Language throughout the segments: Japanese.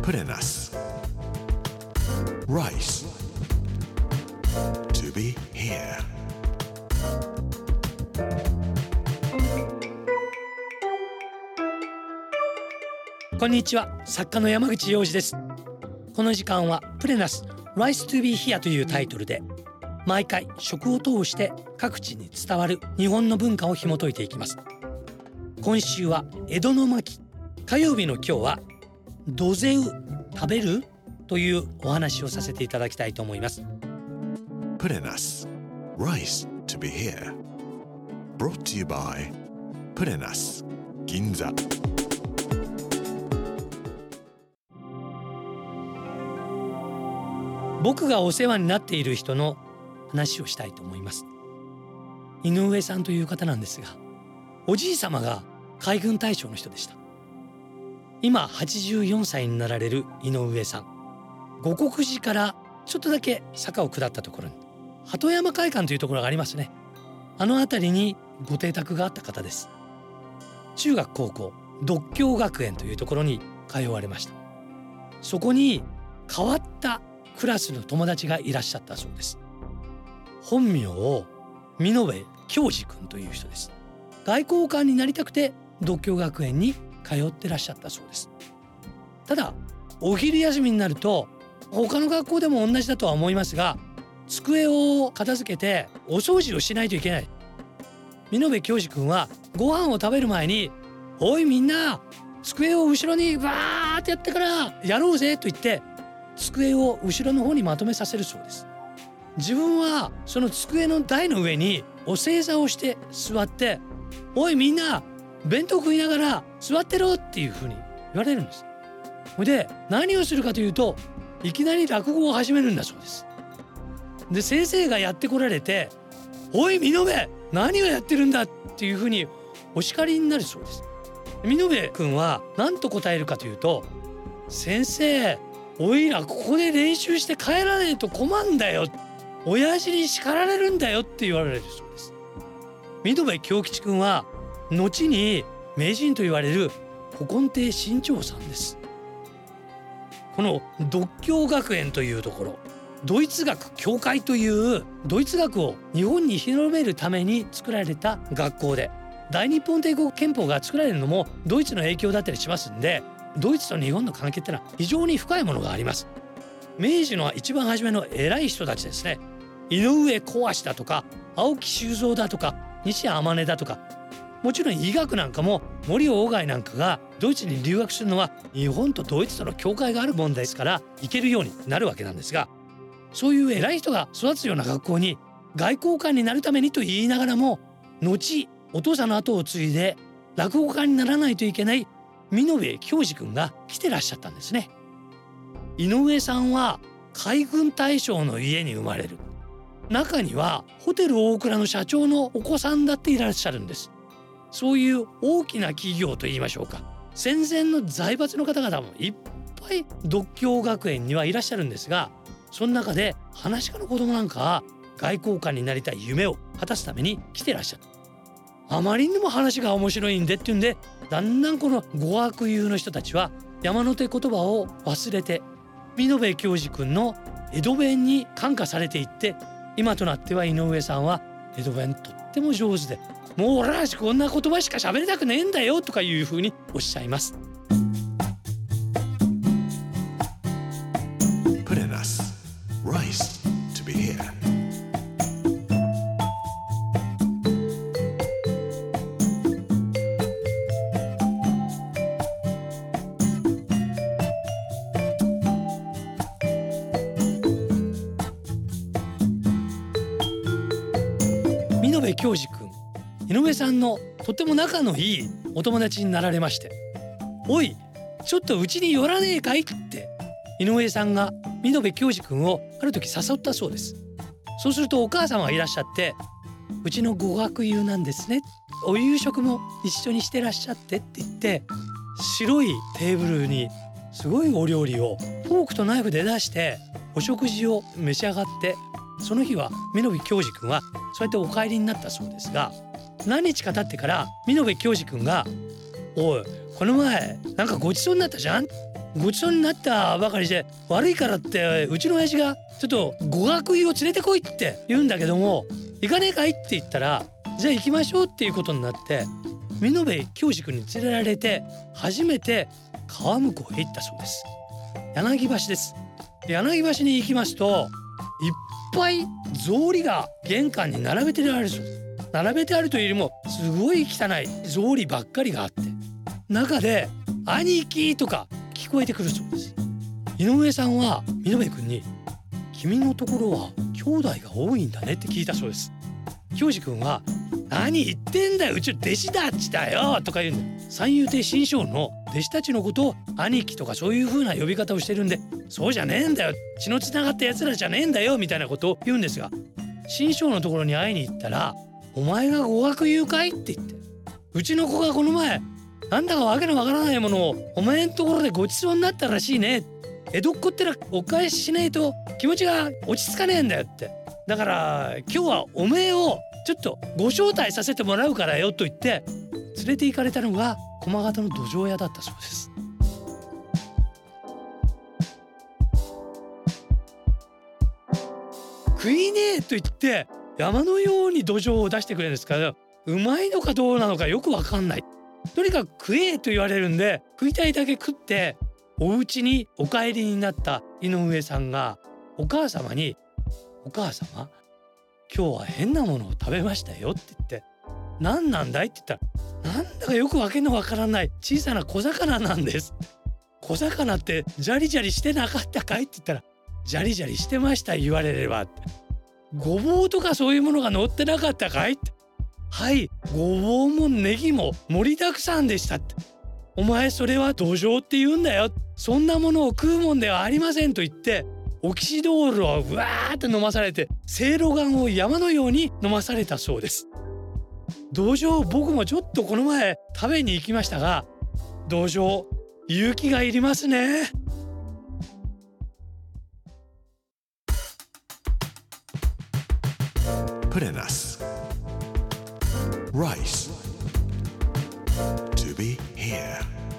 Put in us Rice to be here. こんにちは、作家の山口洋二です。この時間はプレナス Rice to be here というタイトルで、毎回食を通して各地に伝わる日本の文化を紐解いていきます。今週は江戸の巻、火曜日の今日はどぜう食べるというお話をさせていただきたいと思います。 Put in us Rice to be here. Brought to you by Put in us 銀座。 僕がお世話になっている人の話をしたいと思います。井上さんという方なんですが、おじい様が海軍大将の人でした。今84歳になられる井上さん、五国寺からちょっとだけ坂を下ったところに鳩山会館というところがありますね。あの辺りにご邸宅があった方です。中学高校獨協学園というところに通われました。そこに変わったクラスの友達がいらっしゃったそうです。本名を美濃部恭司君という人です。外交官になりたくて独協学園に通ってらっしゃったそうです。ただお昼休みになると、他の学校でも同じだとは思いますが、机を片付けてお掃除をしないといけない。美濃部恭司君はご飯を食べる前に、おいみんな机を後ろにバーってやってからやろうぜと言って机を後ろの方にまとめさせるそうです。自分はその机の台の上にお正座をして座って、おいみんな弁当食いながら座ってろっていうふうに言われるんです。で何をするかというと、いきなり落語を始めるんだそうです。で先生がやってこられて、おい美濃部何をやってるんだっていうふうにお叱りになるそうです。美濃部君は何と答えるかというと、先生おいらここで練習して帰らないと困んだよ、親父に叱られるんだよって言われるそうです。美濃部恭吉君は後に名人と言われる古今亭志ん朝さんです。この独協学園というところ、ドイツ学協会というドイツ学を日本に広めるために作られた学校で、大日本帝国憲法が作られるのもドイツの影響だったりしますんで、ドイツと日本の関係ってのは非常に深いものがあります。明治の一番初めの偉い人たちですね、井上小足だとか青木周蔵だとか西天音だとか、もちろん医学なんかも森鴎外なんかがドイツに留学するのは日本とドイツとの境界があるもんですから行けるようになるわけなんですが、そういう偉い人が育つような学校に外交官になるためにと言いながらも、後お父さんの後を継いで落語家にならないといけない美濃部恭司君が来てらっしゃったんですね。井上さんは海軍大将の家に生まれる。中にはホテル大倉の社長のお子さんだっていらっしゃるんです。そういう大きな企業といいましょうか、戦前の財閥の方々もいっぱい独協学園にはいらっしゃるんですが、その中で噺家の子供なんかは外交官になりたい夢を果たすために来てらっしゃる。あまりにも話が面白いんでっていうんで、だんだんこの語学友の人たちは山手言葉を忘れて美濃部恭司君の江戸弁に感化されていって、今となっては井上さんは江戸弁とっても上手で、もう俺らこんな言葉しか喋りたくねえんだよとかいうふうにおっしゃいます。 Put in us Rice to be here. 美濃部恭司君、井上さんのとても仲のいいお友達になられまして、おいちょっとうちに寄らねえかいって井上さんが美濃部恭司君をある時誘ったそうです。そうするとお母様がいらっしゃって、うちの語学友なんですね、お夕食も一緒にしてらっしゃってって言って、白いテーブルにすごいお料理をフォークとナイフで出してお食事を召し上がって、その日は美濃部恭司君はそうやってお帰りになったそうですが、何日か経ってから美濃部恭司君が「おいこの前なんかごちそうになったじゃん」 ごちそうになったばかりで悪いからってうちの親父がちょっと語学医を連れてこいって言うんだけども、行かねえかいって言ったら、じゃあ行きましょうっていうことになって、美濃部教塾に連れられて初めて川向こうへ行ったそうです。柳橋です。柳橋に行きますと、いっぱい草履が玄関に並べてあるそうです。並べてあるというよりもすごい汚い草履ばっかりがあって、中で兄貴とか聞こえてくるそうです。井上さんは美濃部君に、君のところは兄弟が多いんだねって聞いたそうです。教授君は、何言ってんだよ、うちの弟子たちだよとか言うんで、三遊亭新章の弟子たちのことを兄貴とかそういう風な呼び方をしてるんで、そうじゃねえんだよ、血のつながったやつらじゃねえんだよみたいなことを言うんですが、新章のところに会いに行ったら、お前が語学言うかいって言って、うちの子がこの前なんだかわけのわからないものをお前んところでごちそうになったらしいね、江戸っ子ってのはお返ししないと気持ちが落ち着かねえんだよって、だから今日はおめえをちょっとご招待させてもらうからよと言って連れて行かれたのが駒形の土壌屋だったそうです。食いねえと言って山のように土壌を出してくれるんですから、うまいのかどうなのかよくわかんない。とにかく食えと言われるんで、食いたいだけ食って、お家にお帰りになった井上さんがお母様に、お母様今日は変なものを食べましたよって言って、何なんだいって言ったら、なんだかよくわけのわからない小さな小魚なんです。小魚ってジャリジャリしてなかったかいって言ったら、ジャリジャリしてました言われればって。ごぼうとかそういうものが乗ってなかったかいって、はい、ごぼうもネギも盛りだくさんでしたって。お前それは土壌って言うんだよ、そんなものを食うもんではありませんと言って、オキシドールをうわーって飲まされて、せいろがんを山のように飲まされたそうです。土壌、僕もちょっとこの前食べに行きましたが、土壌勇気がいりますね。 プレナス Rice to be here。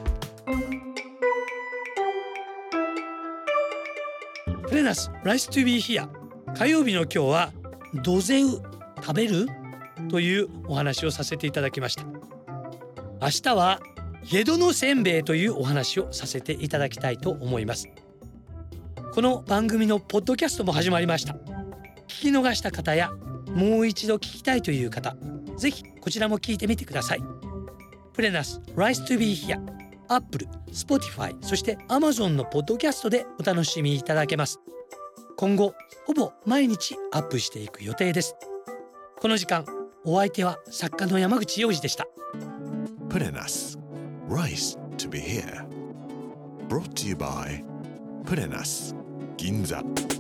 プレナス Rice to be here。 火曜日の今日はどぜう食べるというお話をさせていただきました。明日は江戸のせんべいというお話をさせていただきたいと思います。この番組のポッドキャストも始まりました。聞き逃した方やもう一度聞きたいという方、ぜひこちらも聞いてみてください。プレナス Rice to be here、 Apple、Spotify、そして Amazon のポッドキャストでお楽しみいただけます。今後ほぼ毎日アップしていく予定です。この時間お相手は作家の山口洋二でした。 プレナス Rice to be here Brought to you by プレナス銀座。